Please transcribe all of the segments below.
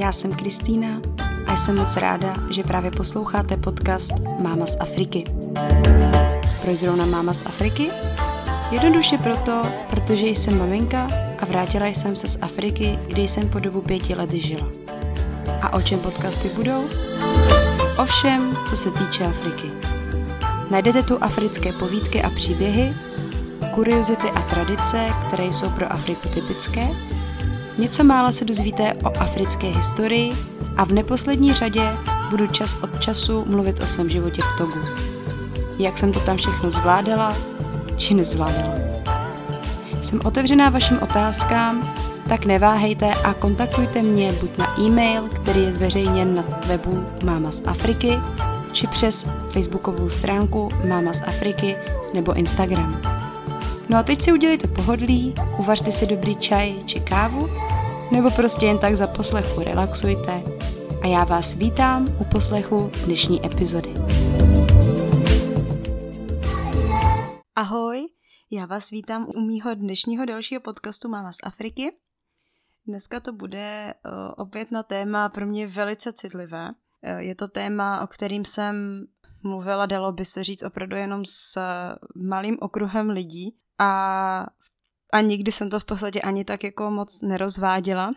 já jsem Kristýna a jsem moc ráda, že právě posloucháte podcast Máma z Afriky. Proč zrovna Máma z Afriky? Jednoduše proto, protože jsem maminka a vrátila jsem se z Afriky, kde jsem po dobu 5 let žila. A o čem podcasty budou? O všem, co se týče Afriky. Najdete tu africké povídky a příběhy, kuriozity a tradice, které jsou pro Afriku typické. Něco málo se dozvíte o africké historii a v neposlední řadě budu čas od času mluvit o svém životě v Togu. Jak jsem to tam všechno zvládala, či nezvládala. Jsem otevřená vašim otázkám, tak neváhejte a kontaktujte mě buď na e-mail, který je zveřejněn na webu Máma z Afriky, či přes facebookovou stránku Máma z Afriky nebo Instagram. No a teď si udělejte pohodlí, uvařte si dobrý čaj či kávu, nebo prostě jen tak za poslechu relaxujte a já vás vítám u poslechu dnešní epizody. Ahoj, já vás vítám u mýho dnešního dalšího podcastu Máma z Afriky. Dneska to bude opět na téma pro mě velice citlivé. Je to téma, o kterým jsem mluvila, dalo by se říct, opravdu jenom s malým okruhem lidí a nikdy jsem to v podstatě ani tak jako moc nerozváděla.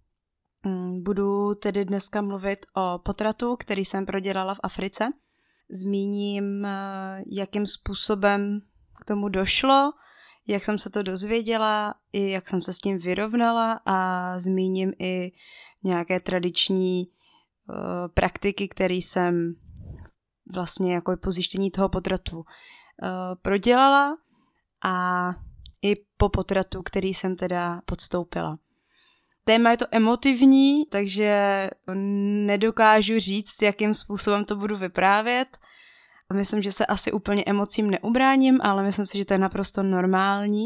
Budu tedy dneska mluvit o potratu, který jsem prodělala v Africe. Zmíním, jakým způsobem k tomu došlo, jak jsem se to dozvěděla, i jak jsem se s tím vyrovnala a zmíním i nějaké tradiční praktiky, které jsem vlastně jako po zjištění toho potratu prodělala a i po potratu, který jsem teda podstoupila. Téma je to emotivní, takže nedokážu říct, jakým způsobem to budu vyprávět. Myslím, že se asi úplně emocím neubráním, ale myslím si, že to je naprosto normální.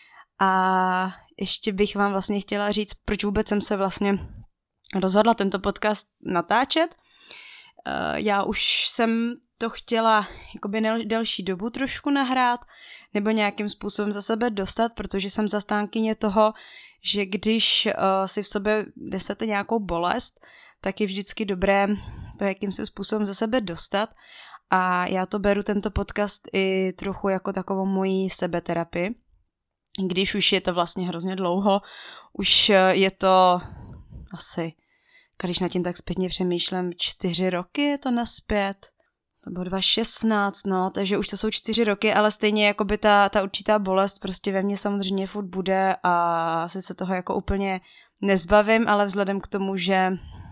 A ještě bych vám vlastně chtěla říct, proč vůbec jsem se vlastně rozhodla tento podcast natáčet. Já už jsem to chtěla jakoby delší dobu trošku nahrát nebo nějakým způsobem za sebe dostat, protože jsem zastánkyně toho, že když si v sobě nesete nějakou bolest, tak je vždycky dobré to jakýmsi způsobem za sebe dostat. A já to beru tento podcast i trochu jako takovou moji sebeterapii. Když už je to vlastně hrozně dlouho, už je to asi, když nad tím tak zpětně přemýšlím, 4 roky je to nazpět. To bylo 2016, no, takže už to jsou 4 roky, ale stejně jakoby ta určitá bolest prostě ve mně samozřejmě furt bude a asi se toho jako úplně nezbavím, ale vzhledem k tomu, že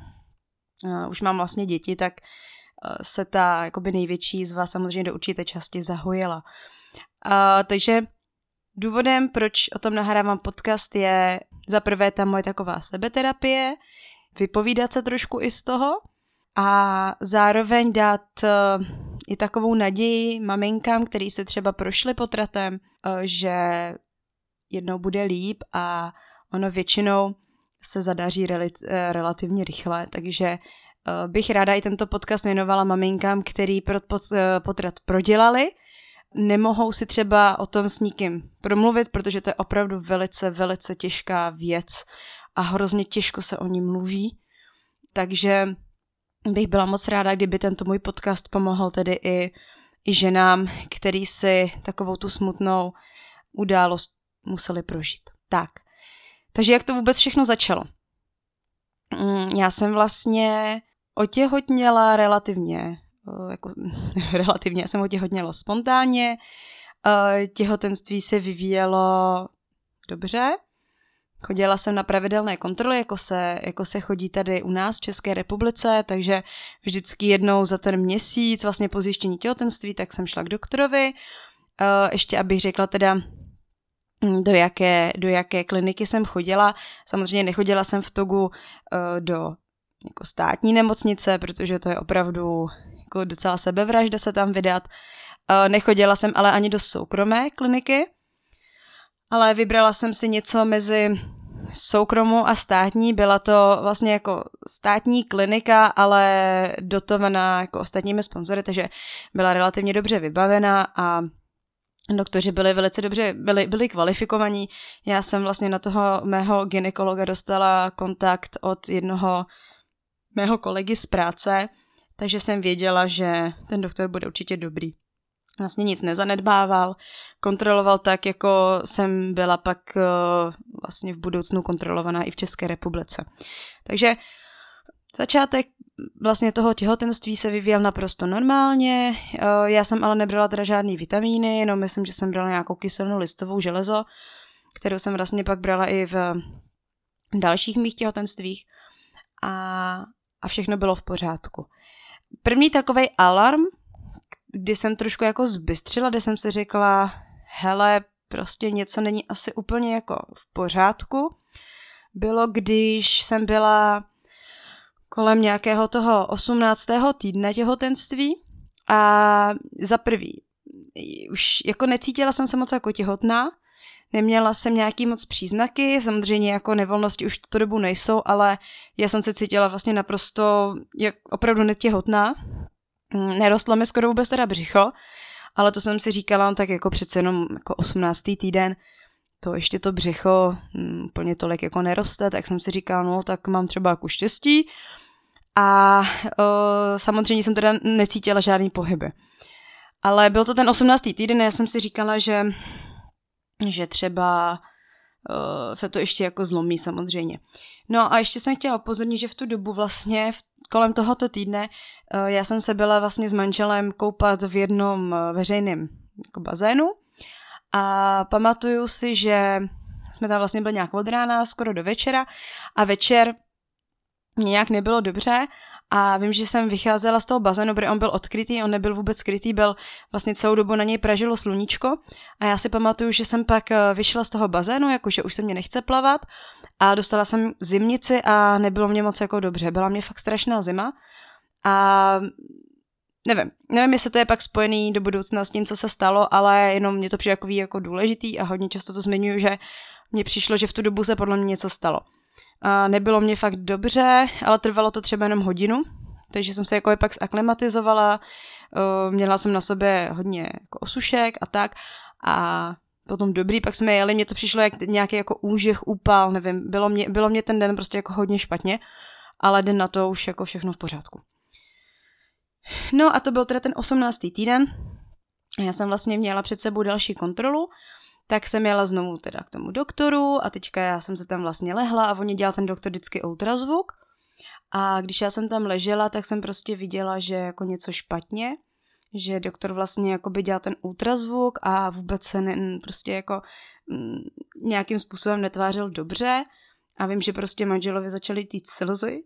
už mám vlastně děti, tak se ta jakoby největší z vás samozřejmě do určité části zahojila. Takže důvodem, proč o tom nahrávám podcast, je za prvé ta moje taková sebeterapie, vypovídat se trošku i z toho a zároveň dát i takovou naději maminkám, který se třeba prošly potratem, že jednou bude líp a ono většinou se zadaří relativně rychle, takže bych ráda i tento podcast věnovala maminkám, který potrat prodělali. Nemohou si třeba o tom s nikým promluvit, protože to je opravdu velice, velice těžká věc a hrozně těžko se o ní mluví. Takže bych byla moc ráda, kdyby tento můj podcast pomohl tedy i ženám, který si takovou tu smutnou událost museli prožít. Takže jak to vůbec všechno začalo? Já jsem vlastně otěhotněla relativně, já jsem otěhotněla spontánně, těhotenství se vyvíjelo dobře, chodila jsem na pravidelné kontroly, jako se chodí tady u nás v České republice, takže vždycky jednou za ten měsíc, vlastně po zjištění těhotenství, tak jsem šla k doktorovi, ještě abych řekla teda, do jaké kliniky jsem chodila. Samozřejmě nechodila jsem v Togu do jako státní nemocnice, protože to je opravdu jako docela sebevražda se tam vydat. Nechodila jsem ale ani do soukromé kliniky, ale vybrala jsem si něco mezi soukromou a státní. Byla to vlastně jako státní klinika, ale dotovaná jako ostatními sponzory, takže byla relativně dobře vybavená a doktoři byli velice dobře, byli kvalifikovaní. Já jsem vlastně na toho mého gynekologa dostala kontakt od jednoho mého kolegy z práce, takže jsem věděla, že ten doktor bude určitě dobrý. Vlastně nic nezanedbával, kontroloval tak, jako jsem byla pak vlastně v budoucnu kontrolovaná i v České republice. Takže začátek vlastně toho těhotenství se vyvíjel naprosto normálně, já jsem ale nebrala teda žádný vitamíny, jenom myslím, že jsem brala nějakou kyselinu listovou železo, kterou jsem vlastně pak brala i v dalších mých těhotenstvích a všechno bylo v pořádku. První takovej alarm, kdy jsem trošku jako zbystřila, kde jsem si řekla, hele, prostě něco není asi úplně jako v pořádku, bylo, když jsem byla kolem nějakého toho 18. týdne těhotenství a za prvý, už jako necítila jsem se moc jako těhotná, neměla jsem nějaký moc příznaky, samozřejmě jako nevolnosti už tu dobu nejsou, ale já jsem se cítila vlastně naprosto jak opravdu netěhotná. Nerostlo mi skoro vůbec teda břicho, ale to jsem si říkala, tak jako přece jenom jako 18. týden, to ještě to břicho úplně tolik jako neroste, tak jsem si říkala, no tak mám třeba jako štěstí a samozřejmě jsem teda necítila žádný pohyby. Ale byl to ten 18. týden a já jsem si říkala, že třeba se to ještě jako zlomí samozřejmě. No a ještě jsem chtěla upozornit, že v tu dobu vlastně kolem tohoto týdne já jsem se byla vlastně s manželem koupat v jednom veřejném jako bazénu a pamatuju si, že jsme tam vlastně byli nějak od rána skoro do večera a večer mě nějak nebylo dobře a vím, že jsem vycházela z toho bazénu, protože on byl odkrytý, on nebyl vůbec skrytý, byl vlastně celou dobu na něj pražilo sluníčko a já si pamatuju, že jsem pak vyšla z toho bazénu, jakože už se mě nechce plavat a dostala jsem zimnici a nebylo mě moc jako dobře, byla mě fakt strašná zima a nevím, jestli to je pak spojený do budoucna s tím, co se stalo, ale jenom mě to přijde jako důležitý a hodně často to zmiňuji, že mně přišlo, že v tu dobu se podle mě něco stalo. A nebylo mě fakt dobře, ale trvalo to třeba jenom hodinu, takže jsem se jako pak zaklimatizovala, měla jsem na sobě hodně jako osušek a tak a potom dobrý, pak jsme jeli, mně to přišlo jak nějaký jako úžeh, úpal, nevím, bylo mě ten den prostě jako hodně špatně, ale den na to už jako všechno v pořádku. No a to byl teda ten 18. týden, já jsem vlastně měla před sebou další kontrolu, tak jsem jela znovu teda k tomu doktoru a teďka já jsem se tam vlastně lehla a on dělal ten doktor vždycky ultrazvuk a když já jsem tam ležela, tak jsem prostě viděla, že jako něco špatně, že doktor vlastně jako by dělal ten ultrazvuk a vůbec se prostě jako nějakým způsobem netvářil dobře a vím, že prostě manželovi začaly týct slzy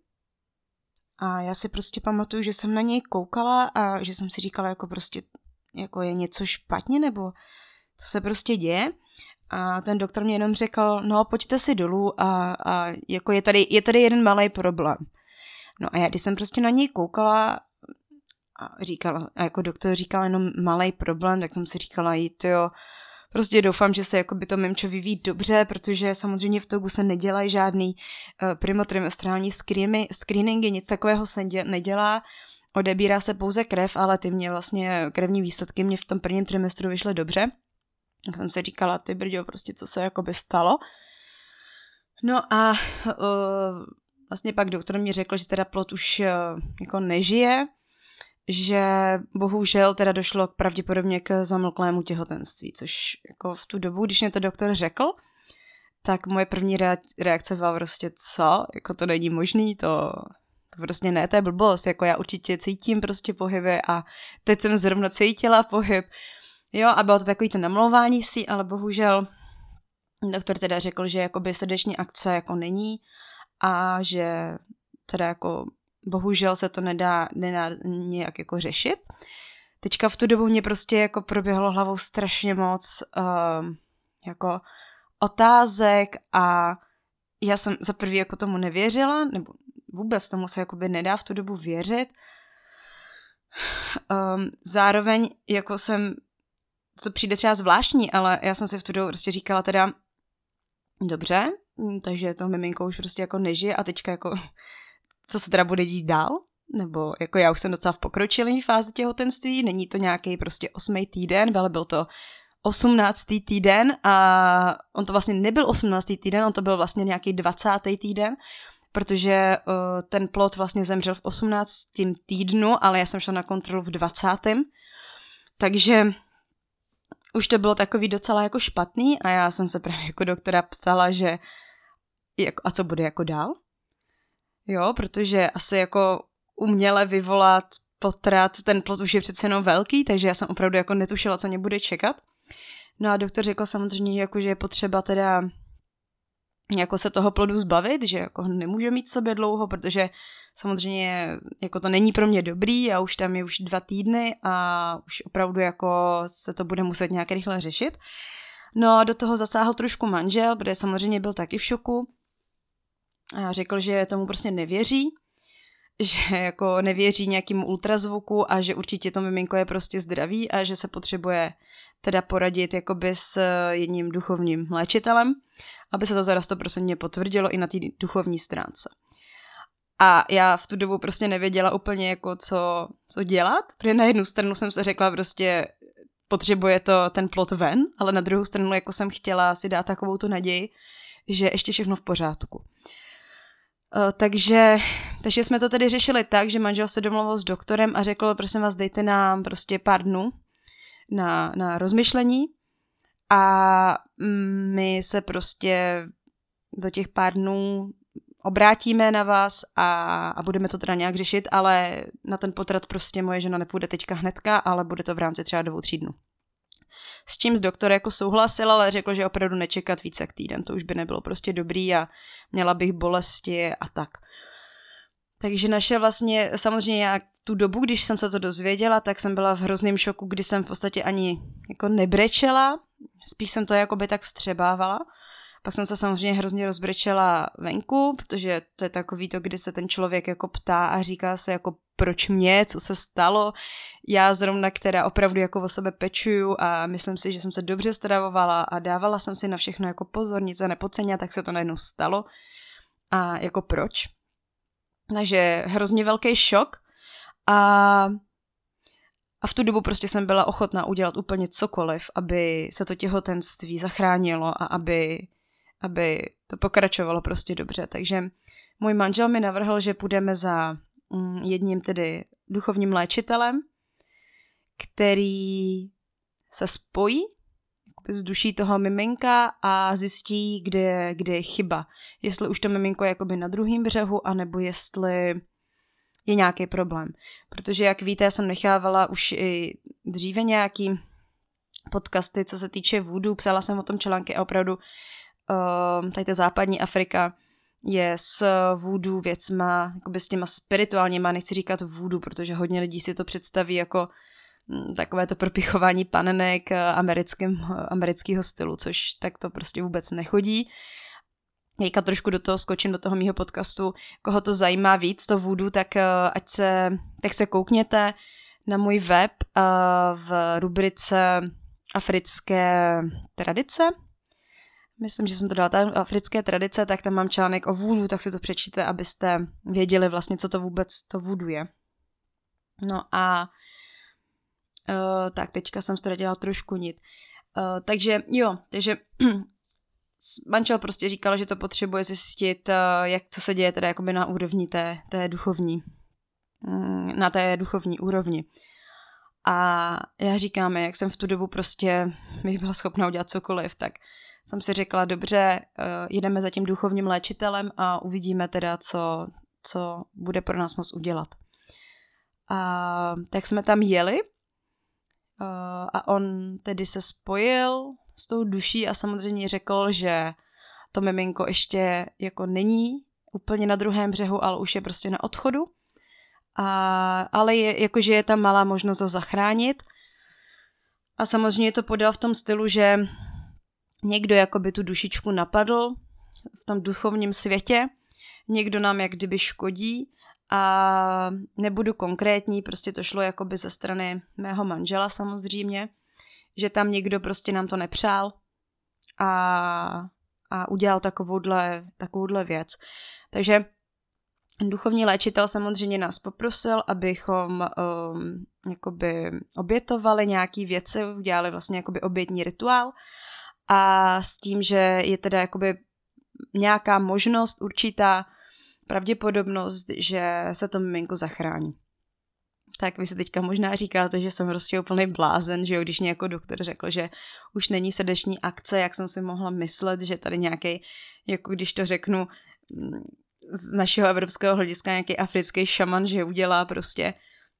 a já si prostě pamatuju, že jsem na něj koukala a že jsem si říkala jako prostě jako je něco špatně nebo co se prostě děje a ten doktor mě jenom řekl, no pojďte si dolů a jako je tady jeden malý problém. No a já když jsem prostě na něj koukala a jako doktor říkal jenom malý problém, tak jsem si říkala, jo, prostě doufám, že se jako by to mimčo vyvíjí dobře, protože samozřejmě v Togu se nedělají žádný primotrimestrální screeningy, nic takového se nedělá, odebírá se pouze krev, ale krevní výsledky mě v tom prvním trimestru vyšly dobře. Tak jsem si říkala, ty brďo, prostě co se jakoby stalo. No a vlastně pak doktor mi řekl, že teda plod už jako nežije, že bohužel teda došlo pravděpodobně k zamlklému těhotenství, což jako v tu dobu, když mě to doktor řekl, tak moje první reakce byla prostě co? Jako to není možný, to prostě ne, to je blbost, jako já určitě cítím prostě pohyby a teď jsem zrovna cítila pohyb. Jo, a bylo to takový to namlouvání si, ale bohužel doktor teda řekl, že jakoby srdeční akce jako není a že teda jako bohužel se to nedá nějak jako řešit. Teďka v tu dobu mě prostě jako proběhlo hlavou strašně moc jako otázek a já jsem za prvý jako tomu nevěřila, nebo vůbec tomu se jakoby nedá v tu dobu věřit. Zároveň jako to přijde třeba zvláštní, ale já jsem si v tu dobu prostě říkala teda dobře, takže to miminko už prostě jako nežije a teďka jako co se teda bude dít dál? Nebo jako já už jsem docela v pokročilé fázi těhotenství, není to nějaký prostě 8. týden, ale byl to 18. týden a on to vlastně nebyl 18. týden, on to byl vlastně nějaký 20. týden, protože ten plod vlastně zemřel v 18. týdnu, ale já jsem šla na kontrolu v 20. Takže už to bylo takový docela jako špatný a já jsem se právě jako doktora ptala, že jako, a co bude jako dál? Jo, protože asi jako uměle vyvolat potrat, ten plod už je přece jenom velký, takže já jsem opravdu jako netušila, co mě bude čekat. No a doktor řekl samozřejmě, jako, že je potřeba teda jako se toho plodu zbavit, že jako nemůže mít v sobě dlouho, protože samozřejmě jako to není pro mě dobrý a už tam je už 2 týdny a už opravdu jako se to bude muset nějak rychle řešit. No a do toho zasáhl trošku manžel, protože samozřejmě byl taky v šoku a řekl, že tomu prostě nevěří, že jako nevěří nějakému ultrazvuku a že určitě to miminko je prostě zdravý a že se potřebuje teda poradit jakoby s jedním duchovním léčitelem, aby se to zara 100% potvrdilo i na té duchovní stránce. A já v tu dobu prostě nevěděla úplně jako co dělat, protože na jednu stranu jsem se řekla prostě potřebuje to ten plod ven, ale na druhou stranu jako jsem chtěla si dát takovou tu naději, že ještě všechno v pořádku. Takže jsme to tedy řešili tak, že manžel se domluvil s doktorem a řekl, prosím vás, dejte nám prostě pár dnů na rozmyšlení a my se prostě do těch pár dnů obrátíme na vás a budeme to teda nějak řešit, ale na ten potrat prostě moje žena nepůjde teďka hnedka, ale bude to v rámci třeba 2-3 dnů. S čím doktor jako souhlasil, ale řekl, že opravdu nečekat více jak týden, to už by nebylo prostě dobrý a měla bych bolesti a tak. Takže naše vlastně, samozřejmě já tu dobu, když jsem se to dozvěděla, tak jsem byla v hrozném šoku, kdy jsem v podstatě ani jako nebrečela, spíš jsem to jakoby tak vstřebávala. Pak jsem se samozřejmě hrozně rozbrečela venku, protože to je takový to, kdy se ten člověk jako ptá a říká se jako proč mě, co se stalo. Já zrovna, která opravdu jako o sebe pečuju a myslím si, že jsem se dobře stravovala a dávala jsem si na všechno jako pozor, nic se nepodceňila, tak se to najednou stalo. A jako proč? Takže hrozně velký šok a v tu dobu prostě jsem byla ochotná udělat úplně cokoliv, aby se to těhotenství zachránilo a aby to pokračovalo prostě dobře. Takže můj manžel mi navrhl, že půjdeme za jedním tedy duchovním léčitelem, který se spojí s duší toho miminka a zjistí, kde je chyba. Jestli už to miminko je jakoby na druhém břehu, anebo jestli je nějaký problém. Protože, jak víte, já jsem nechávala už i dříve nějaký podcasty, co se týče voodoo, psala jsem o tom články a opravdu tady ta západní Afrika je s voodoo věcma, jakoby s těma spirituálníma, nechci říkat voodoo, protože hodně lidí si to představí jako takové to propichování panenek amerického stylu, což tak to prostě vůbec nechodí. Teďka trošku do toho skočím, do toho mýho podcastu. Koho to zajímá víc, to voodoo, tak se koukněte na můj web v rubrice Africké tradice. Myslím, že jsem to dala tam africké tradice, tak tam mám článek o voodoo, tak si to přečtěte, abyste věděli vlastně, co to vůbec to voodoo je. No a tak teďka jsem to dělala trošku nit. Takže manžel prostě říkal, že to potřebuje zjistit, jak to se děje teda jakoby na úrovni té duchovní, na té duchovní úrovni. A já říkám, jak jsem v tu dobu prostě bych byla schopna udělat cokoliv, tak jsem si řekla, dobře, jdeme za tím duchovním léčitelem a uvidíme teda, co bude pro nás moct udělat. A tak jsme tam jeli a on tedy se spojil s tou duší a samozřejmě řekl, že to miminko ještě jako není úplně na druhém břehu, ale už je prostě na odchodu. Ale jakože je tam malá možnost ho zachránit. A samozřejmě to podal v tom stylu, že někdo jakoby tu dušičku napadl v tom duchovním světě, někdo nám jak kdyby škodí a nebudu konkrétní, prostě to šlo jakoby ze strany mého manžela samozřejmě, že tam někdo prostě nám to nepřál a udělal takovouhle věc. Takže duchovní léčitel samozřejmě nás poprosil, abychom jakoby obětovali nějaký věci, udělali vlastně jakoby obětní rituál a s tím, že je teda jakoby nějaká možnost určitá pravděpodobnost, že se to miminko zachrání. Tak vy si teďka možná říkáte, že jsem prostě úplný blázen, že jo, když mě jako doktor řekl, že už není srdeční akce, jak jsem si mohla myslet, že tady nějaký, jako když to řeknu z našeho evropského hlediska, nějaký africký šaman, že udělá prostě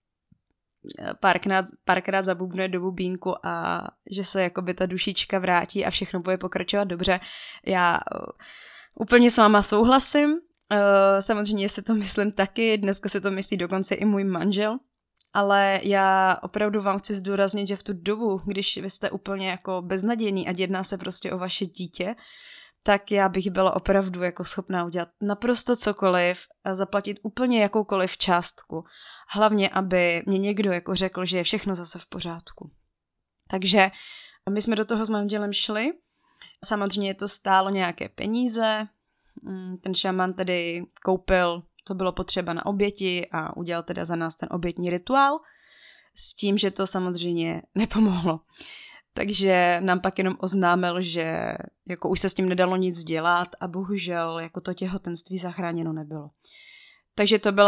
párkrát zabubnuje do bubínku a že se jakoby ta dušička vrátí a všechno bude pokračovat dobře. Já úplně s váma souhlasím, samozřejmě si to myslím taky, dneska si to myslí dokonce i můj manžel, ale já opravdu vám chci zdůraznit, že v tu dobu, když vy jste úplně jako beznadějný a jedná se prostě o vaše dítě, tak já bych byla opravdu jako schopná udělat naprosto cokoliv a zaplatit úplně jakoukoliv částku. Hlavně, aby mě někdo jako řekl, že je všechno zase v pořádku. Takže my jsme do toho s manželem šli. Samozřejmě to stálo nějaké peníze. Ten šaman tedy koupil, to bylo potřeba na oběti a udělal teda za nás ten obětní rituál. S tím, že to samozřejmě nepomohlo. Takže nám pak jenom oznámil, že jako už se s tím nedalo nic dělat a bohužel jako to těhotenství zachráněno nebylo. Takže to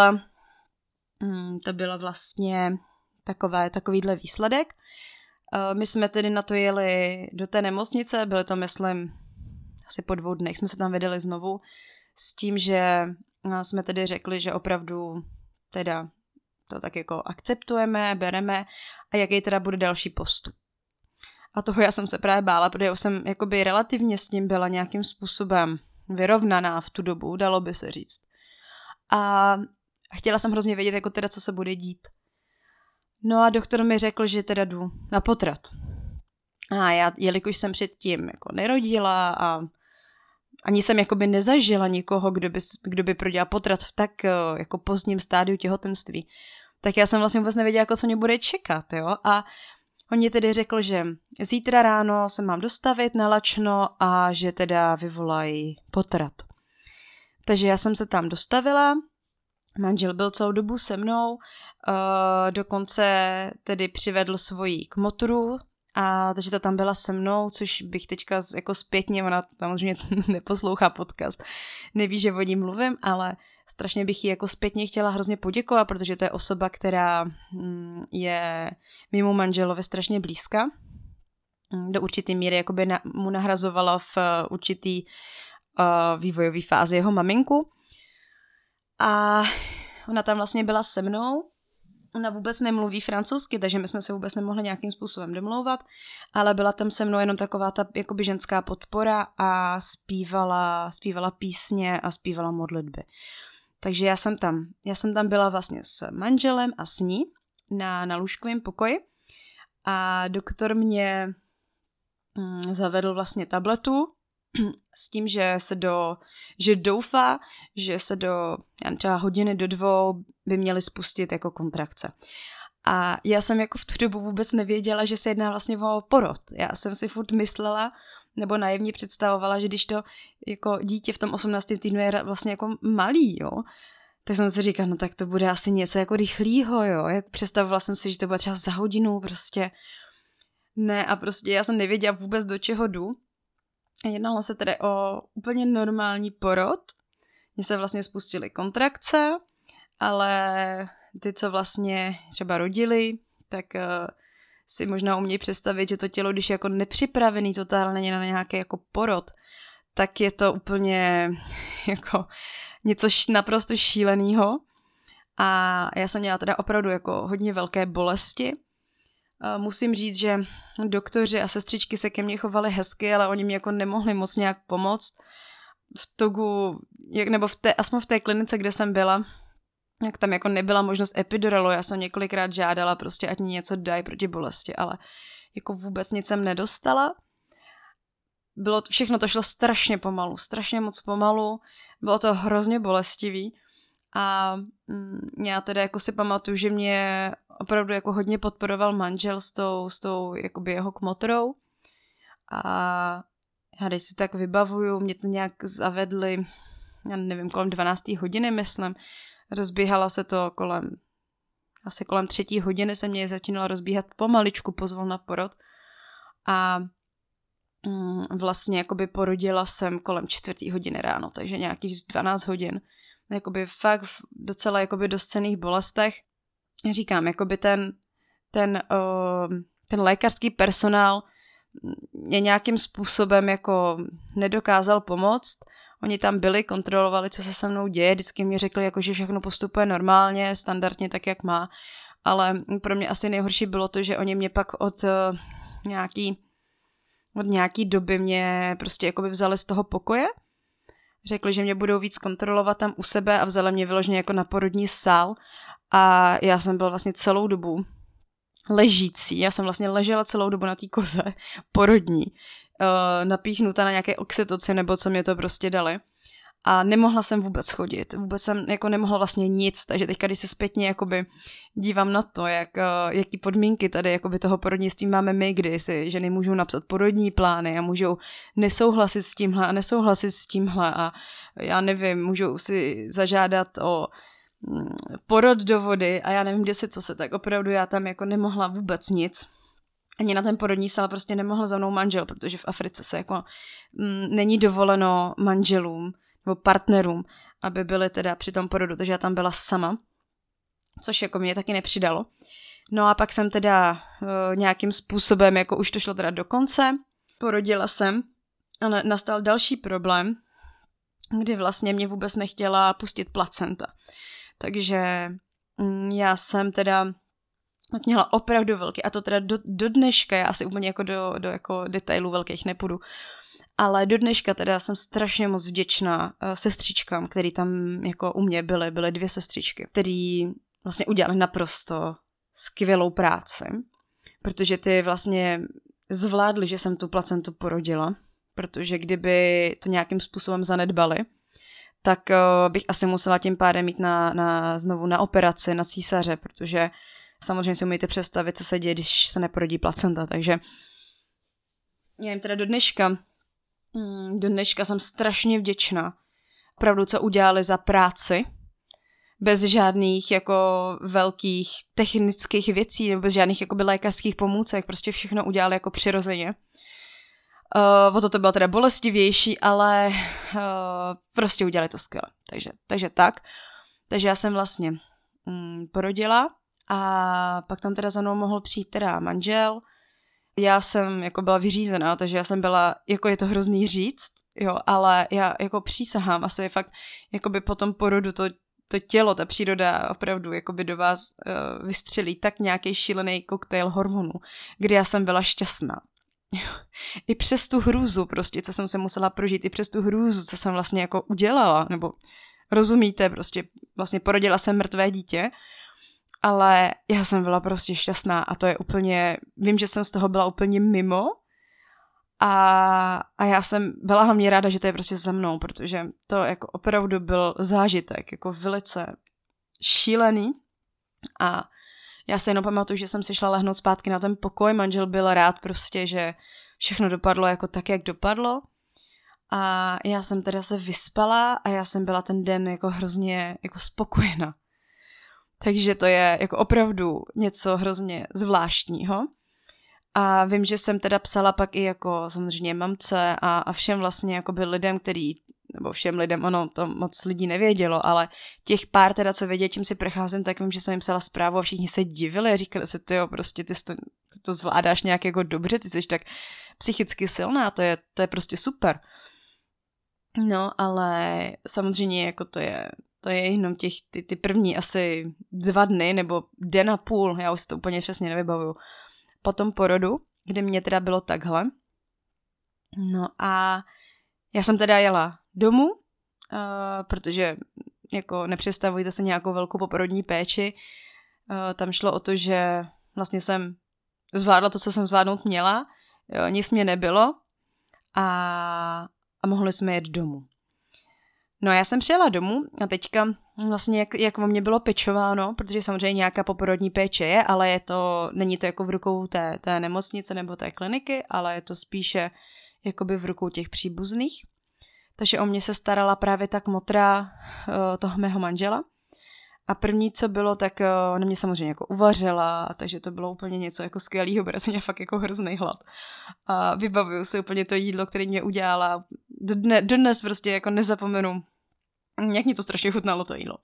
byla vlastně takovýhle výsledek. My jsme tedy na to jeli do té nemocnice, byly to myslím asi po 2 dnech, jsme se tam vydali znovu s tím, že jsme tedy řekli, že opravdu teda to tak jako akceptujeme, bereme a jaký teda bude další postup. A toho já jsem se právě bála, protože už jsem jakoby relativně s tím byla nějakým způsobem vyrovnaná v tu dobu, dalo by se říct. A chtěla jsem hrozně vědět, jako teda, co se bude dít. No a doktor mi řekl, že teda jdu na potrat. A já, jelikož jsem předtím jako nerodila a ani jsem jakoby nezažila nikoho, kdo by prodělal potrat v tak jako pozdním stádiu těhotenství, tak já jsem vlastně vůbec nevěděla, jako co mě bude čekat, jo. A on mě tedy řekl, že zítra ráno se mám dostavit na lačno a že teda vyvolají potrat. Takže já jsem se tam dostavila, manžel byl celou dobu se mnou, dokonce tedy přivedl svoji kmotru, a takže to tam byla se mnou, což bych teďka jako zpětně, ona samozřejmě neposlouchá podcast, neví, že o ní mluvím, ale strašně bych jí jako zpětně chtěla hrozně poděkovat, protože to je osoba, která je mému manželovi strašně blízka. Do určitý míry jakoby mu nahrazovala v určitý vývojový fázi jeho maminku. A ona tam vlastně byla se mnou. Ona vůbec nemluví francouzsky, takže my jsme se vůbec nemohli nějakým způsobem domlouvat, ale byla tam se mnou jenom taková ta jakoby ženská podpora a zpívala písně a zpívala modlitby. Takže já jsem tam byla vlastně s manželem a s ní na lůžkovém pokoji a doktor mě zavedl vlastně tabletu s tím, že doufá, že se do třeba hodiny do 2 by měly spustit jako kontrakce. A já jsem jako v tu dobu vůbec nevěděla, že se jedná vlastně o porod. Já jsem si furt myslela, nebo naivně představovala, že když to jako dítě v tom 18. týdnu je vlastně jako malý, jo, tak jsem si říkala, no tak to bude asi něco jako rychlýho, jo. Jak představovala jsem si, že to bude třeba za hodinu, prostě ne a prostě já jsem nevěděla vůbec, do čeho jdu. Jednalo se tedy o úplně normální porod. Mně se vlastně spustily kontrakce, ale ty, co vlastně třeba rodili, tak si možná umějí představit, že to tělo, když je jako nepřipravený totálně na nějaký jako porod, tak je to úplně jako něco naprosto šílenýho. A já jsem měla teda opravdu jako hodně velké bolesti. Musím říct, že doktoři a sestřičky se ke mně chovali hezky, ale oni mi jako nemohli moc nějak pomoct. V Togu, nebo aspoň v té klinice, kde jsem byla, jak tam jako nebyla možnost epiduralu, já jsem několikrát žádala prostě, ať mi něco dají proti bolesti, ale jako vůbec nic jsem nedostala. Všechno to šlo strašně pomalu, strašně moc pomalu, bylo to hrozně bolestivý a já teda jako si pamatuju, že mě opravdu jako hodně podporoval manžel s tou jakoby jeho kmotrou a já když si tak vybavuju, mě to nějak zavedli, já nevím, kolem 12. hodiny, myslím, rozbíhalo se to kolem 3. hodiny se mě začínalo rozbíhat pomaličku pozvolna porod a vlastně jakoby porodila jsem kolem 4. hodiny ráno, takže nějakých 12 hodin jakoby fakt docela jakoby dost cenných bolestech. Říkám, jakoby ten lékařský personál mě nějakým způsobem jako nedokázal pomoct. Oni tam byli, kontrolovali, co se se mnou děje, vždycky mi řekli, jako, že všechno postupuje normálně, standardně tak, jak má. Ale pro mě asi nejhorší bylo to, že oni mě pak od nějaký doby mě prostě jakoby vzali z toho pokoje. Řekli, že mě budou víc kontrolovat tam u sebe a vzali mě vyloženě jako na porodní sál. A já jsem byla vlastně celou dobu ležící. Já jsem vlastně ležela celou dobu na té koze porodní, napíchnuta na nějaké oxytocin nebo co mě to prostě dali. A nemohla jsem vůbec chodit. Vůbec jsem jako nemohla vlastně nic. Takže teďka, když se zpětně jakoby dívám na to, jaký podmínky tady jakoby toho porodnictví máme my, kdy si ženy můžou napsat porodní plány a můžou nesouhlasit s tímhle a nesouhlasit s tímhle a já nevím, můžou si zažádat o porod do vody a já nevím, kde si co se, tak opravdu já tam jako nemohla vůbec nic. Ani na ten porodní sál prostě nemohl za mnou manžel, protože v Africe se jako není dovoleno manželům nebo partnerům, aby byli teda při tom porodu, takže já tam byla sama, což jako mě taky nepřidalo. No a pak jsem teda nějakým způsobem, jako už to šlo teda do konce, porodila jsem, ale nastal další problém, kdy vlastně mě vůbec nechtěla pustit placenta. Takže já jsem teda měla opravdu velký, a to teda do dneška, já asi úplně jako do jako detailů velkých nepůjdu, ale do dneška teda jsem strašně moc vděčná sestřičkám, který tam jako u mě byly 2 sestřičky, který vlastně udělali naprosto skvělou práci, protože ty vlastně zvládli, že jsem tu placentu porodila, protože kdyby to nějakým způsobem zanedbali, tak bych asi musela tím pádem jít znovu na operaci, na císaře, protože samozřejmě si umíte představit, co se děje, když se neporodí placenta, takže já jim teda do dneška jsem strašně vděčná. Opravdu, co udělali za práci, bez žádných jako velkých technických věcí, nebo bez žádných jakoby lékařských pomůcek, prostě všechno udělali jako přirozeně. O to bylo teda bolestivější, ale prostě udělali to skvěle. Takže tak. Takže já jsem vlastně porodila a pak tam teda za mnou mohl přijít teda manžel. Já jsem jako byla vyřízená, takže já jsem byla, jako je to hrozný říct, jo, ale já jako přísahám, asi fakt jakoby po tom porodu to tělo, ta příroda opravdu jakoby do vás vystřelí tak nějaký šílený koktejl hormonů, kdy já jsem byla šťastná. I přes tu hrůzu prostě, co jsem se musela prožít, i přes tu hrůzu, co jsem vlastně jako udělala, nebo rozumíte, prostě vlastně porodila jsem mrtvé dítě, ale já jsem byla prostě šťastná a to je úplně, vím, že jsem z toho byla úplně mimo a já jsem byla hlavně ráda, že to je prostě za mnou, protože to jako opravdu byl zážitek, jako velice šílený a já se jenom pamatuju, že jsem si šla lehnout zpátky na ten pokoj, manžel byl rád prostě, že všechno dopadlo jako tak, jak dopadlo a já jsem teda se vyspala a já jsem byla ten den jako hrozně jako spokojená. Takže to je jako opravdu něco hrozně zvláštního. A vím, že jsem teda psala pak i jako samozřejmě mamce a všem vlastně jakoby lidem, nebo všem lidem, ono to moc lidí nevědělo, ale těch pár teda, co věděli, čím si procházím, tak vím, že jsem jim psala zprávu a všichni se divili a říkali si, tyjo, prostě ty to zvládáš nějak jako dobře, ty jsi tak psychicky silná, to je prostě super. No, ale samozřejmě jako to je jenom ty první asi 2 dny nebo den a půl, já už si to úplně přesně nevybavuju, po tom porodu, kdy mě teda bylo takhle. No a já jsem teda jela domů, protože jako nepředstavujte se nějakou velkou poporodní péči. Tam šlo o to, že vlastně jsem zvládla to, co jsem zvládnout měla, jo, nic mě nebylo a mohli jsme jet domů. No já jsem přijela domů a teďka vlastně jak o mě bylo pečováno, protože samozřejmě nějaká poporodní péče je, ale není to jako v rukou té nemocnice nebo té kliniky, ale je to spíše jakoby v rukou těch příbuzných. Takže o mě se starala právě ta kmotra toho mého manžela. A první, co bylo, tak ona mě samozřejmě jako uvařila, takže to bylo úplně něco jako skvělýho, protože jsem měla fakt jako hrozný hlad. A vybavuju si úplně to jídlo, které mě udělala. Dodnes prostě jako nezapomenu Jak mě to strašně chutnalo to jídlo.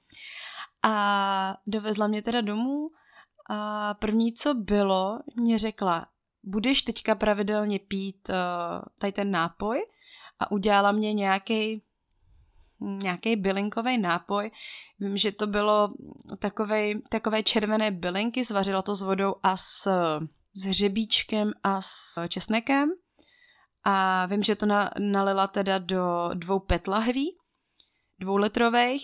A dovezla mě teda domů a první, co bylo, mě řekla, budeš teďka pravidelně pít tady ten nápoj a udělala mě nějaký bylinkový nápoj. Vím, že to bylo takové červené bylinky, zvařila to s vodou a s hřebíčkem a s česnekem. A vím, že to nalila teda do 2 PET lahví, 2litrových.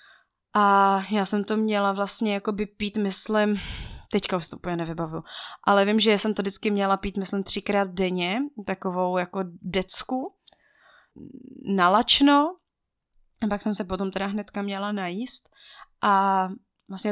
A já jsem to měla vlastně jakoby pít, myslím, teďka už to úplně nevybavuju, ale vím, že jsem to vždycky měla pít, myslím, 3krát denně, takovou jako decku, nalačno, a pak jsem se potom teda hnedka měla najíst a vlastně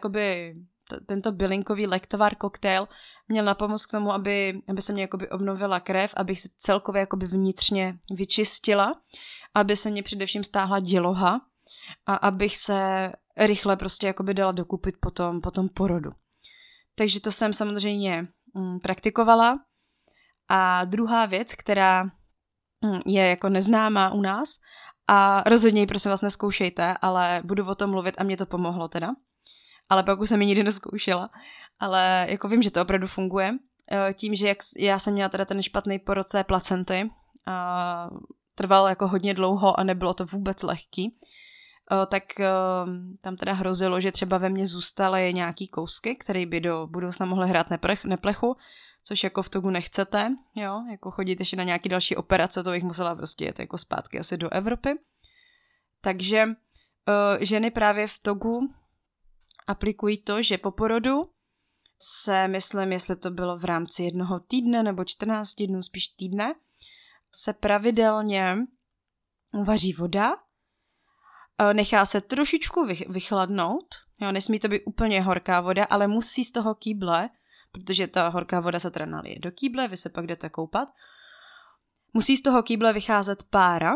tento bylinkový lektovar koktejl měl napomoct k tomu, aby se mě jakoby obnovila krev, abych se celkově jakoby vnitřně vyčistila, aby se mě především stáhla děloha a abych se rychle prostě jakoby dala dokupit po tom porodu. Takže to jsem samozřejmě praktikovala. A druhá věc, která je jako neznámá u nás, a rozhodně ji prosím vás neskoušejte, ale budu o tom mluvit a mě to pomohlo teda. Ale pak už jsem ji nikdy neskoušela. Ale jako vím, že to opravdu funguje. Tím, že já jsem měla teda ten špatný porod té placenty, a trval jako hodně dlouho a nebylo to vůbec lehký, tak tam teda hrozilo, že třeba ve mně zůstaly nějaký kousky, které by do budoucna mohly hrát neplechu, což jako v Togu nechcete, jo, jako chodit ještě na nějaký další operace, to bych musela prostě jet jako zpátky asi do Evropy. Takže ženy právě v Togu aplikují to, že po porodu se, myslím, jestli to bylo v rámci 1 týdne nebo 14 dnů, spíš týdne, se pravidelně uvaří voda, nechá se trošičku vychladnout, jo, nesmí to být úplně horká voda, ale musí z toho kýble, protože ta horká voda se teda nalije do kýble, vy se pak jdete koupat, musí z toho kýble vycházet pára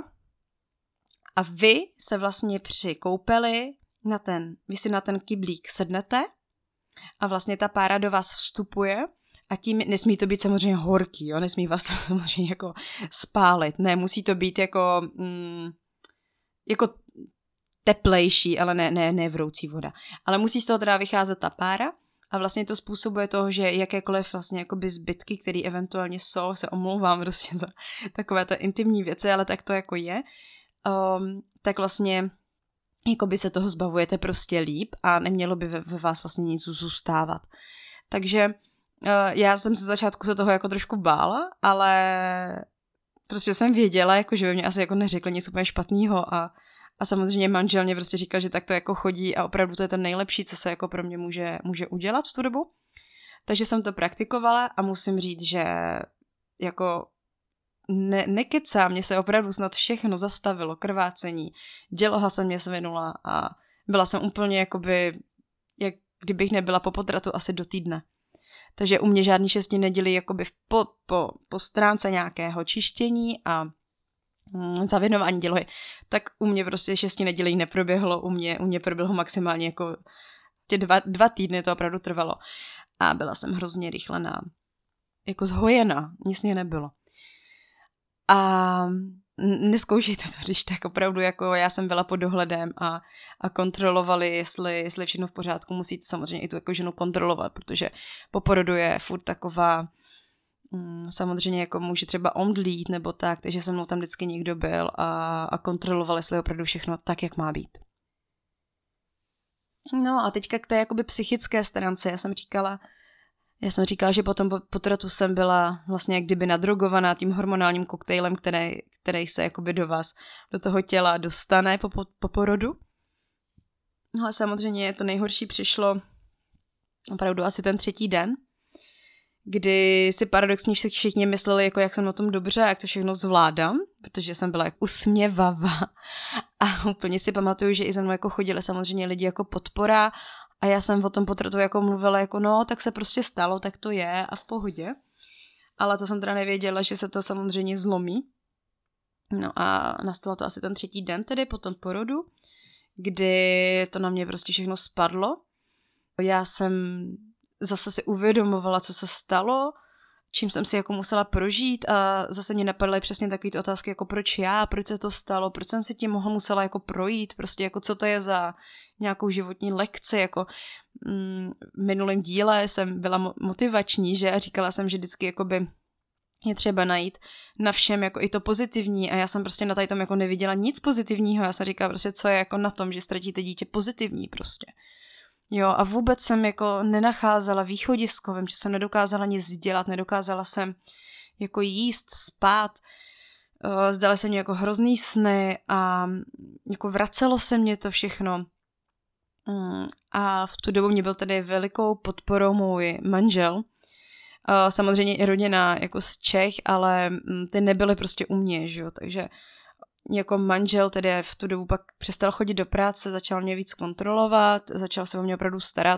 a vy se vlastně při koupeli vy si na ten kyblík sednete a vlastně ta pára do vás vstupuje a tím nesmí to být samozřejmě horký, jo, nesmí vás to samozřejmě jako spálit, ne, musí to být jako teplejší, ale ne vroucí voda. Ale musí z toho teda vycházet ta pára a vlastně to způsobuje toho, že jakékoliv vlastně jakoby zbytky, které eventuálně jsou, se omlouvám prostě za takové to intimní věci, ale tak to jako je, tak vlastně jakoby se toho zbavujete prostě líp a nemělo by ve vás vlastně nic zůstávat. Takže já jsem se začátku se toho jako trošku bála, ale prostě jsem věděla, jako, že by mě asi jako neřekli nic úplně špatného a samozřejmě manžel mě prostě říkal, že tak to jako chodí a opravdu to je to nejlepší, co se jako pro mě může udělat v tu dobu. Takže jsem to praktikovala a musím říct, že jako nekecám, mě se opravdu snad všechno zastavilo, krvácení, děloha se mě svinula a byla jsem úplně jakoby, jak kdybych nebyla po potratu asi do týdne. Takže u mě žádný 6 nedělí jakoby po stránce nějakého čištění a zavěnování dělohy, tak u mě prostě 6 nedělí neproběhlo, u mě proběhlo maximálně jako 2 týdny to opravdu trvalo a byla jsem hrozně rychle jako zhojená, nic mě nebylo. A neskoušejte to, když tak opravdu jako já jsem byla pod dohledem a kontrolovali, jestli všechno v pořádku, musíte samozřejmě i tu jako ženu kontrolovat, protože po porodu je furt taková samozřejmě jako může třeba omdlít nebo tak, takže se mnou tam vždycky někdo byl a kontroloval, jestli opravdu všechno tak, jak má být. No a teďka k té jakoby psychické stránce, já jsem říkala, že potom po potratu jsem byla vlastně jak kdyby nadrogovaná tím hormonálním koktejlem, který se jakoby do toho těla dostane po porodu. No a samozřejmě to nejhorší přišlo opravdu asi ten 3. den, kdy si paradoxně všichni mysleli, jako jak jsem na tom dobře a jak to všechno zvládám, protože jsem byla jako usměvavá a úplně si pamatuju, že i za mnou jako chodili samozřejmě lidi jako podpora a já jsem o tom potratu jako mluvila jako no, tak se prostě stalo, tak to je a v pohodě. Ale to jsem teda nevěděla, že se to samozřejmě zlomí. No a nastalo to asi ten 3. den tedy po tom porodu, kdy to na mě prostě všechno spadlo. Já jsem zase si uvědomovala, co se stalo, čím jsem si jako musela prožít a zase mě napadly přesně takové ty otázky, jako proč já, proč se to stalo, proč jsem si tím musela jako projít, prostě jako co to je za nějakou životní lekci, jako v minulém díle jsem byla motivační, že, a říkala jsem, že vždycky jakoby je třeba najít na všem jako i to pozitivní a já jsem prostě na tady tom jako neviděla nic pozitivního, já jsem říkala prostě, co je jako na tom, že ztratíte dítě pozitivní prostě. Jo, a vůbec jsem jako nenacházela východisko, vím, že jsem nedokázala nic dělat, nedokázala jsem jako jíst, spát, zdaly se mě jako hrozný sny a jako vracelo se mě to všechno. A v tu dobu mě byl tedy velikou podporou můj manžel, samozřejmě i rodina jako z Čech, ale ty nebyly prostě u mě, že jo, takže jako manžel tedy v tu dobu pak přestal chodit do práce, začal mě víc kontrolovat, začal se o mě opravdu starat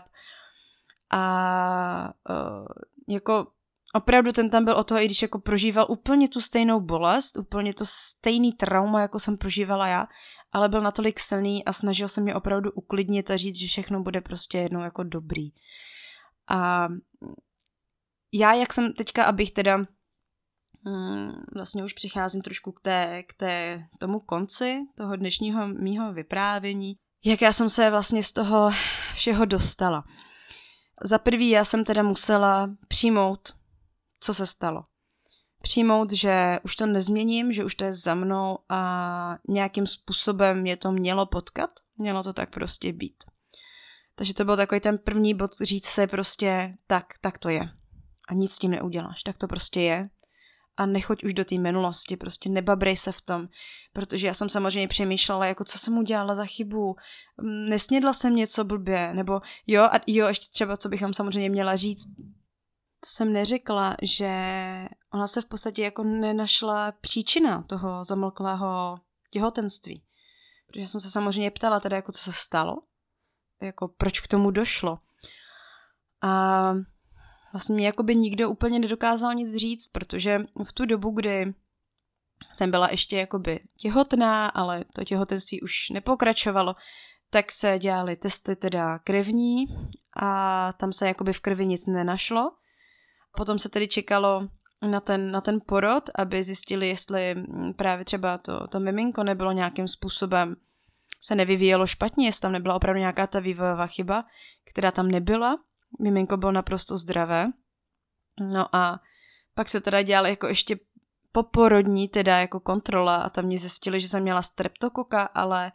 a jako opravdu ten tam byl o toho, i když jako prožíval úplně tu stejnou bolest, úplně to stejný trauma, jako jsem prožívala já, ale byl natolik silný a snažil se mě opravdu uklidnit a říct, že všechno bude prostě jednou jako dobrý. A já, jak jsem teďka, abych teda vlastně už přicházím trošku k tomu konci toho dnešního mýho vyprávění, jak já jsem se vlastně z toho všeho dostala. Za prvý já jsem teda musela přijmout, co se stalo. Přijmout, že už to nezměním, že už to je za mnou a nějakým způsobem mě to mělo potkat, mělo to tak prostě být. Takže to byl takový ten první bod, říct se prostě tak to je. A nic s tím neuděláš, tak to prostě je. A nechoď už do té minulosti, prostě nebabrej se v tom, protože já jsem samozřejmě přemýšlela, jako co jsem udělala za chybu, nesnědla jsem něco blbě, nebo jo, ještě třeba, co bychom samozřejmě měla říct, to jsem neřekla, že ona se v podstatě jako nenašla příčina toho zamlklého těhotenství. Protože jsem se samozřejmě ptala teda, jako co se stalo, jako proč k tomu došlo. A vlastně mě jakoby nikdo úplně nedokázal nic říct, protože v tu dobu, kdy jsem byla ještě jakoby těhotná, ale to těhotenství už nepokračovalo, tak se dělaly testy teda krevní a tam se jakoby v krvi nic nenašlo. Potom se tedy čekalo na ten porod, aby zjistili, jestli právě třeba to miminko nebylo nějakým způsobem, se nevyvíjelo špatně, jestli tam nebyla opravdu nějaká ta vývojová chyba, která tam nebyla. Miminko bylo naprosto zdravé. No a pak se teda dělala jako ještě poporodní teda jako kontrola a tam mě zjistili, že jsem měla streptokoka, ale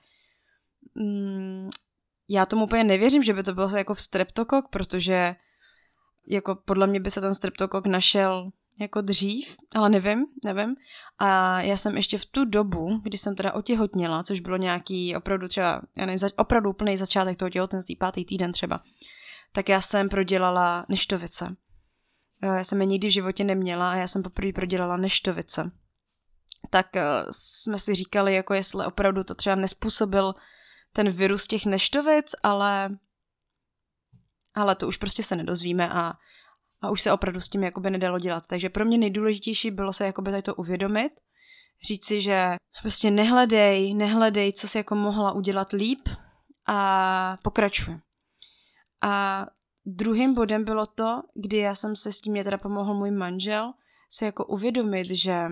já tomu úplně nevěřím, že by to bylo jako streptokok, protože jako podle mě by se ten streptokok našel jako dřív, ale nevím. A já jsem ještě v tu dobu, kdy jsem teda otěhotněla, což bylo nějaký opravdu třeba, já nevím, opravdu úplný začátek toho těhotenství, 5. týden třeba, tak já jsem prodělala neštovice. Já jsem je nikdy v životě neměla a já jsem poprvé prodělala neštovice. Tak jsme si říkali, jako jestli opravdu to třeba nespůsobil ten virus těch neštovic, ale to už prostě se nedozvíme a už se opravdu s tím jakoby nedalo dělat. Takže pro mě nejdůležitější bylo se jakoby tady to uvědomit, říct si, že prostě nehledej, co si jako mohla udělat líp a pokračuj. A druhým bodem bylo to, kdy já jsem se s tím, mě teda pomohl můj manžel, se jako uvědomit, že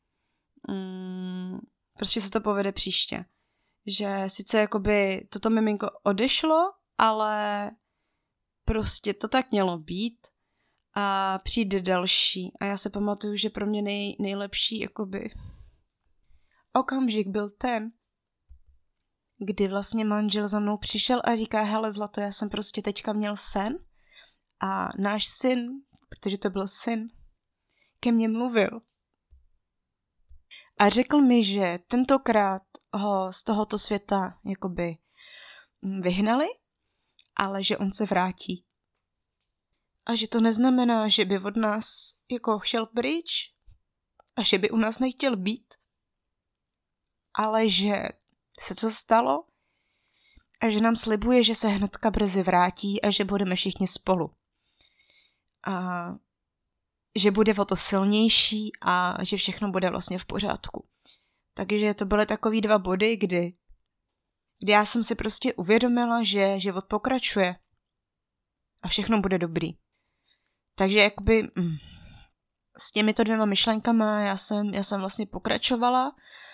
prostě se to povede příště. Že sice jakoby toto miminko odešlo, ale prostě to tak mělo být a přijde další. A já se pamatuju, že pro mě nejlepší jakoby okamžik byl ten, kdy vlastně manžel za mnou přišel a říká, hele zlato, já jsem prostě teďka měl sen a náš syn, protože to byl syn, ke mně mluvil. A řekl mi, že tentokrát ho z tohoto světa jakoby vyhnali, ale že on se vrátí. A že to neznamená, že by od nás jako šel pryč a že by u nás nechtěl být, ale že se to stalo a že nám slibuje, že se hnedka brzy vrátí a že budeme všichni spolu. A že bude o to silnější a že všechno bude vlastně v pořádku. Takže to byly takový 2 body, kdy já jsem si prostě uvědomila, že život pokračuje a všechno bude dobrý. Takže jakoby s těmito 2 myšlenkama já jsem vlastně pokračovala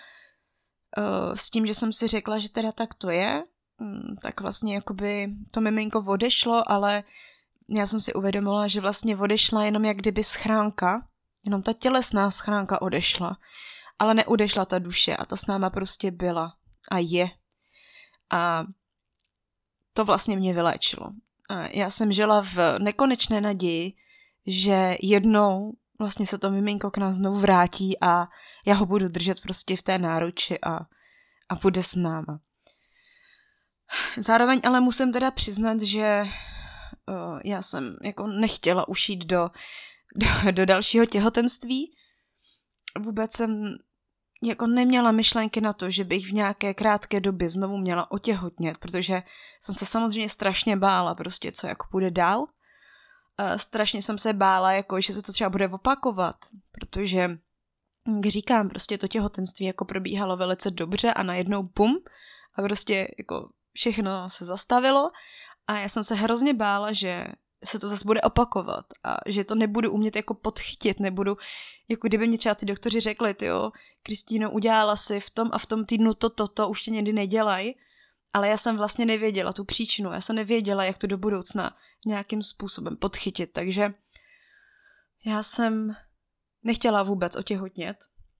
s tím, že jsem si řekla, že teda tak to je, tak vlastně jakoby to miminko odešlo, ale já jsem si uvědomila, že vlastně odešla jenom jak kdyby schránka, jenom ta tělesná schránka odešla, ale neodešla ta duše a ta s náma prostě byla a je. A to vlastně mě vyléčilo. A já jsem žila v nekonečné naději, že jednou vlastně se to miminko k nám znovu vrátí a já ho budu držet prostě v té náruči a bude s náma. Zároveň ale musím teda přiznat, že já jsem jako nechtěla už jít do dalšího těhotenství. Vůbec jsem jako neměla myšlenky na to, že bych v nějaké krátké době znovu měla otěhotnět, protože jsem se samozřejmě strašně bála prostě, co jako půjde dál. Strašně jsem se bála, jako, že se to třeba bude opakovat, protože, jak říkám, prostě to těhotenství jako probíhalo velice dobře a najednou bum a prostě jako všechno se zastavilo a já jsem se hrozně bála, že se to zase bude opakovat a že to nebudu umět jako podchytit, nebudu, jako kdyby mě třeba ty doktoři řekli, tyjo, Kristýno, udělala si v tom a v tom týdnu to, už tě někdy nedělaj, ale já jsem vlastně nevěděla tu příčinu, já jsem nevěděla, jak to do budoucna nějakým způsobem podchytit, takže já jsem nechtěla vůbec otěhotnět,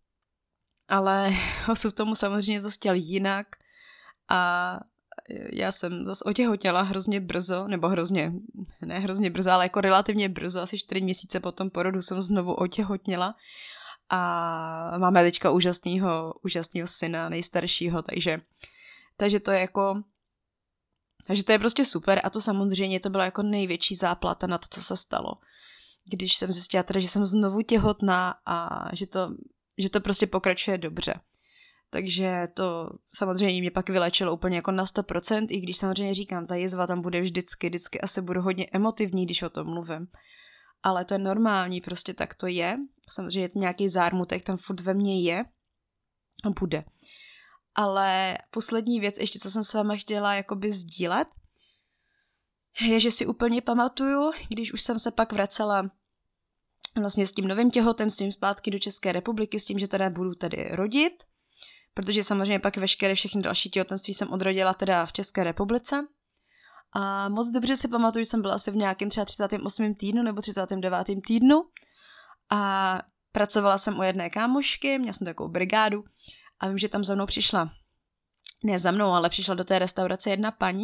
ale osud tomu samozřejmě zase chtěl jinak a já jsem zase otěhotněla hrozně brzo, nebo ne hrozně brzo, ale jako relativně brzo, asi 4 měsíce po tom porodu jsem znovu otěhotněla a máme teďka úžasného syna, nejstaršího, takže to je jako, takže to je prostě super a to samozřejmě to byla jako největší záplata na to, co se stalo. Když jsem zjistila teda, že jsem znovu těhotná a že to prostě pokračuje dobře. Takže to samozřejmě mě pak vylečilo úplně jako na 100%, i když samozřejmě říkám, ta jizva tam bude vždycky asi budu hodně emotivní, když o tom mluvím. Ale to je normální, prostě tak to je. Samozřejmě nějaký zármutek tam furt ve mně je a bude. Ale poslední věc, ještě co jsem s váma chtěla jakoby sdílet, je, že si úplně pamatuju, když už jsem se pak vracela vlastně s tím novým těhotenstvím zpátky do České republiky, s tím, že teda budu tady rodit, protože samozřejmě pak všechny další těhotenství jsem odrodila teda v České republice. A moc dobře si pamatuju, že jsem byla asi v nějakém třeba 38. týdnu nebo 39. týdnu a pracovala jsem u jedné kámošky, měla jsem takovou brigádu a vím, že tam za mnou přišla, ne za mnou, ale přišla do té restaurace jedna paní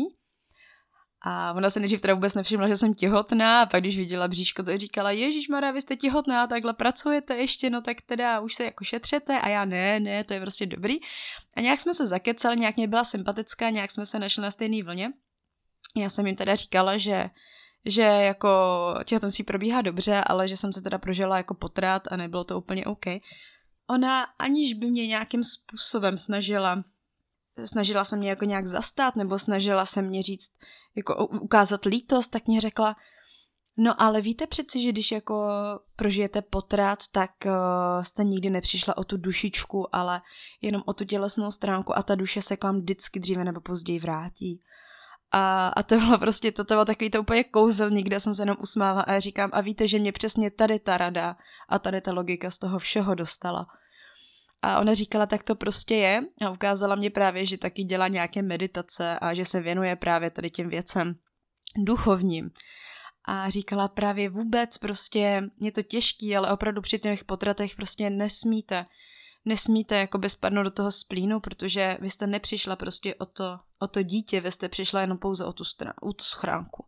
a ona se nejdřív teda vůbec nevšimla, že jsem těhotná a pak když viděla bříško, to říkala, Ježišmarja, vy jste těhotná, takhle pracujete ještě, no tak teda už se jako šetřete a já ne, to je prostě dobrý. A nějak jsme se zakecali, nějak mě byla sympatická, nějak jsme se našli na stejné vlně. Já jsem jim teda říkala, že jako těhotenství probíhá dobře, ale že jsem se teda prožila jako potrat a nebylo to úplně OK. Ona, aniž by mě nějakým způsobem snažila se mě jako nějak zastát, nebo snažila se mě říct, jako ukázat lítost, tak mě řekla, no ale víte přeci, že když jako prožijete potrat, tak jste nikdy nepřišla o tu dušičku, ale jenom o tu tělesnou stránku a ta duše se k vám vždycky dříve nebo později vrátí. A to bylo prostě, to bylo takový to úplně kouzelník, kde jsem se jenom usmála a říkám, a víte, že mě přesně tady ta rada a tady ta logika z toho všeho dostala. A ona říkala, tak to prostě je a ukázala mě právě, že taky dělá nějaké meditace a že se věnuje právě tady těm věcem duchovním. A říkala právě vůbec prostě, je to těžký, ale opravdu při těch potratech prostě nesmíte jakoby spadnout do toho splínu, protože vy jste nepřišla prostě o to dítě, vy jste přišla jenom pouze o tu schránku.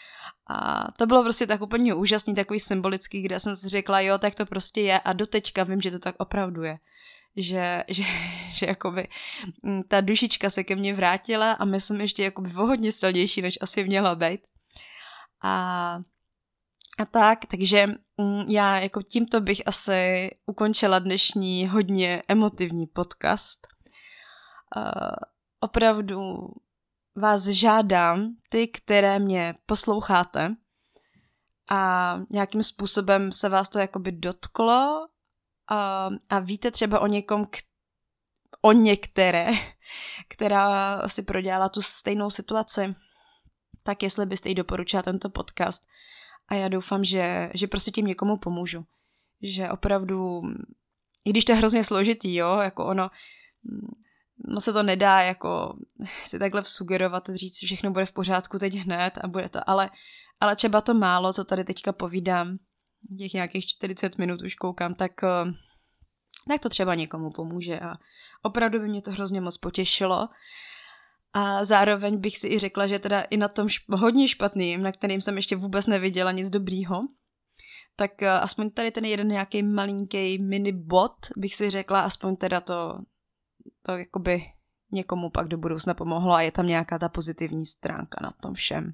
A to bylo prostě tak úplně úžasný, takový symbolický, kde jsem si řekla, jo, tak to prostě je a doteďka vím, že to tak opravdu je. Že jakoby ta dušička se ke mně vrátila a myslím ještě jakoby hodně silnější, než asi měla být. A takže já jako tímto bych asi ukončila dnešní hodně emotivní podcast. Opravdu vás žádám, ty, které mě posloucháte a nějakým způsobem se vás to jakoby dotklo a víte třeba o některé, která si prodělala tu stejnou situaci, tak jestli byste jí doporučila tento podcast. A já doufám, že prostě tím někomu pomůžu. že opravdu, i když to je hrozně složitý, jo, jako ono se to nedá jako si takhle vsugerovat, říct, že všechno bude v pořádku teď hned a bude to, ale třeba to málo, co tady teďka povídám, těch nějakých 40 minut už koukám, tak to třeba někomu pomůže a opravdu by mě to hrozně moc potěšilo. A zároveň bych si i řekla, že teda i na tom hodně špatným, na kterým jsem ještě vůbec neviděla nic dobrýho, tak aspoň tady ten jeden nějaký malinký mini bod bych si řekla, aspoň teda to jakoby někomu pak do budoucna pomohlo a je tam nějaká ta pozitivní stránka na tom všem.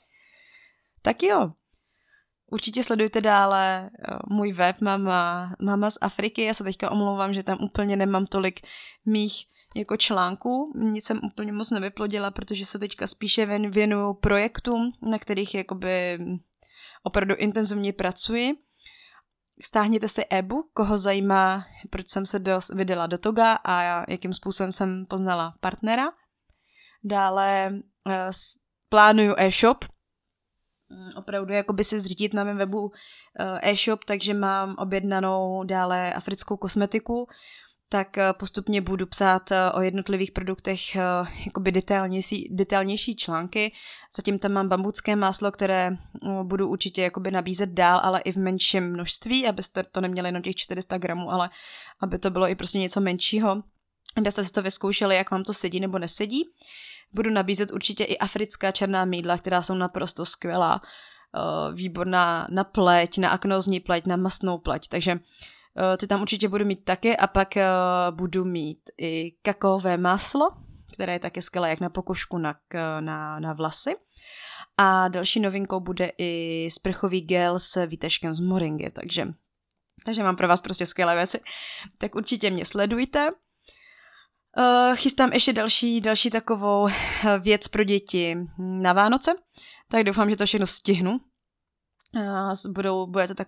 Tak jo, určitě sledujte dále můj web Mama z Afriky. Já se teďka omlouvám, že tam úplně nemám tolik mých jako článků. Nic jsem úplně moc nevyplodila, protože se teďka spíše věnuju projektům, na kterých jakoby opravdu intenzivně pracuji. Stáhněte si e-book, koho zajímá, proč jsem se vydala do Toga a jakým způsobem jsem poznala partnera. Dále plánuju e-shop. Opravdu jakoby si zřídit na mém webu e-shop, takže mám objednanou dále africkou kosmetiku, tak postupně budu psát o jednotlivých produktech jakoby detailnější články. Zatím tam mám bambucké máslo, které budu určitě jakoby nabízet dál, ale i v menším množství, abyste to neměli jenom těch 400 gramů, ale aby to bylo i prostě něco menšího, abyste si to vyzkoušeli, jak vám to sedí nebo nesedí. Budu nabízet určitě i africká černá mýdla, která jsou naprosto skvělá, výborná na pleť, na aknózní pleť, na mastnou pleť, takže ty tam určitě budu mít taky a pak budu mít i kakaové máslo, které je také skvělé jak na pokožku, na vlasy. A další novinkou bude i sprchový gel s výtažkem z moringy, takže mám pro vás prostě skvělé věci. Tak určitě mě sledujte. Chystám ještě další takovou věc pro děti na Vánoce, tak doufám, že to všechno stihnu. Bude to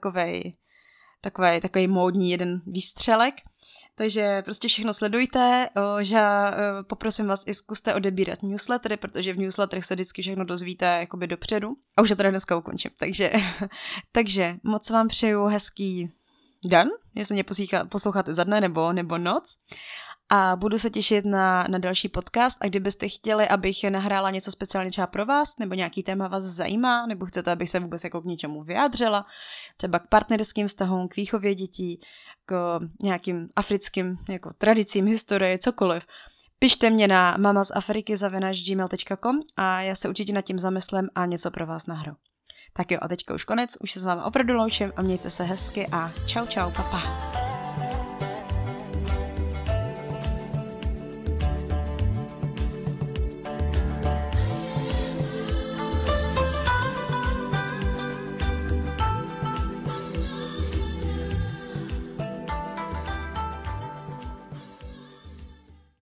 takový módní jeden výstřelek, takže prostě všechno sledujte, že poprosím vás i zkuste odebírat newslettery, protože v newsletterech se vždycky všechno dozvíte jakoby dopředu a už to tady dneska ukončím, takže moc vám přeju hezký den, jestli mě posloucháte za dne nebo noc. A budu se těšit na další podcast a kdybyste chtěli, abych nahrála něco speciálně třeba pro vás, nebo nějaký téma vás zajímá, nebo chcete, abych se vůbec jako k něčemu vyjádřila, třeba k partnerským vztahům, k výchově dětí, k nějakým africkým jako tradicím, historii, cokoliv, pište mě na mamazafriky@gmail.com a já se určitě nad tím zamyslím a něco pro vás nahraju. Tak jo, a teďka už konec, už se s vámi opravdu loučím a mějte se hezky a čau, papa.